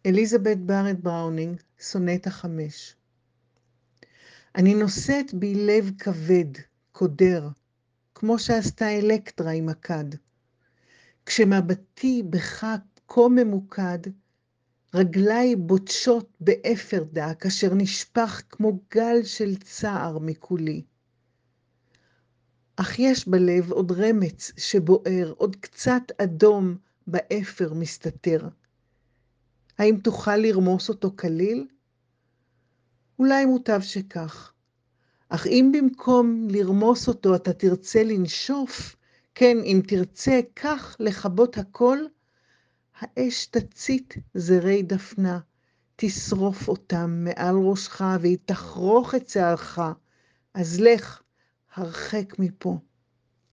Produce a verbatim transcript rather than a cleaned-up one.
אליזבת בארט בראונינג, סונטה חמש. אני נושאת בי לב כבד, קודר, כמו שעשתה אלקטרה עם הכד. כשמבטי בך כה ממוקד, רגליי בוטשות באפר דק, אשר נשפך כמו גל של צער מכולי. אך יש בלב עוד רמץ שבוער, עוד קצת אדום באפר מסתתר. האם תוכל לרמוס אותו כליל? אולי מוטב שכך. אך אם במקום לרמוס אותו אתה תרצה לנשוף, כן, אם תרצה כך לכבות הכל, האש תצית זרי דפנה, תשרוף אותם מעל ראשך והיא תחרוך את שערך, אז לך, הרחק מפה.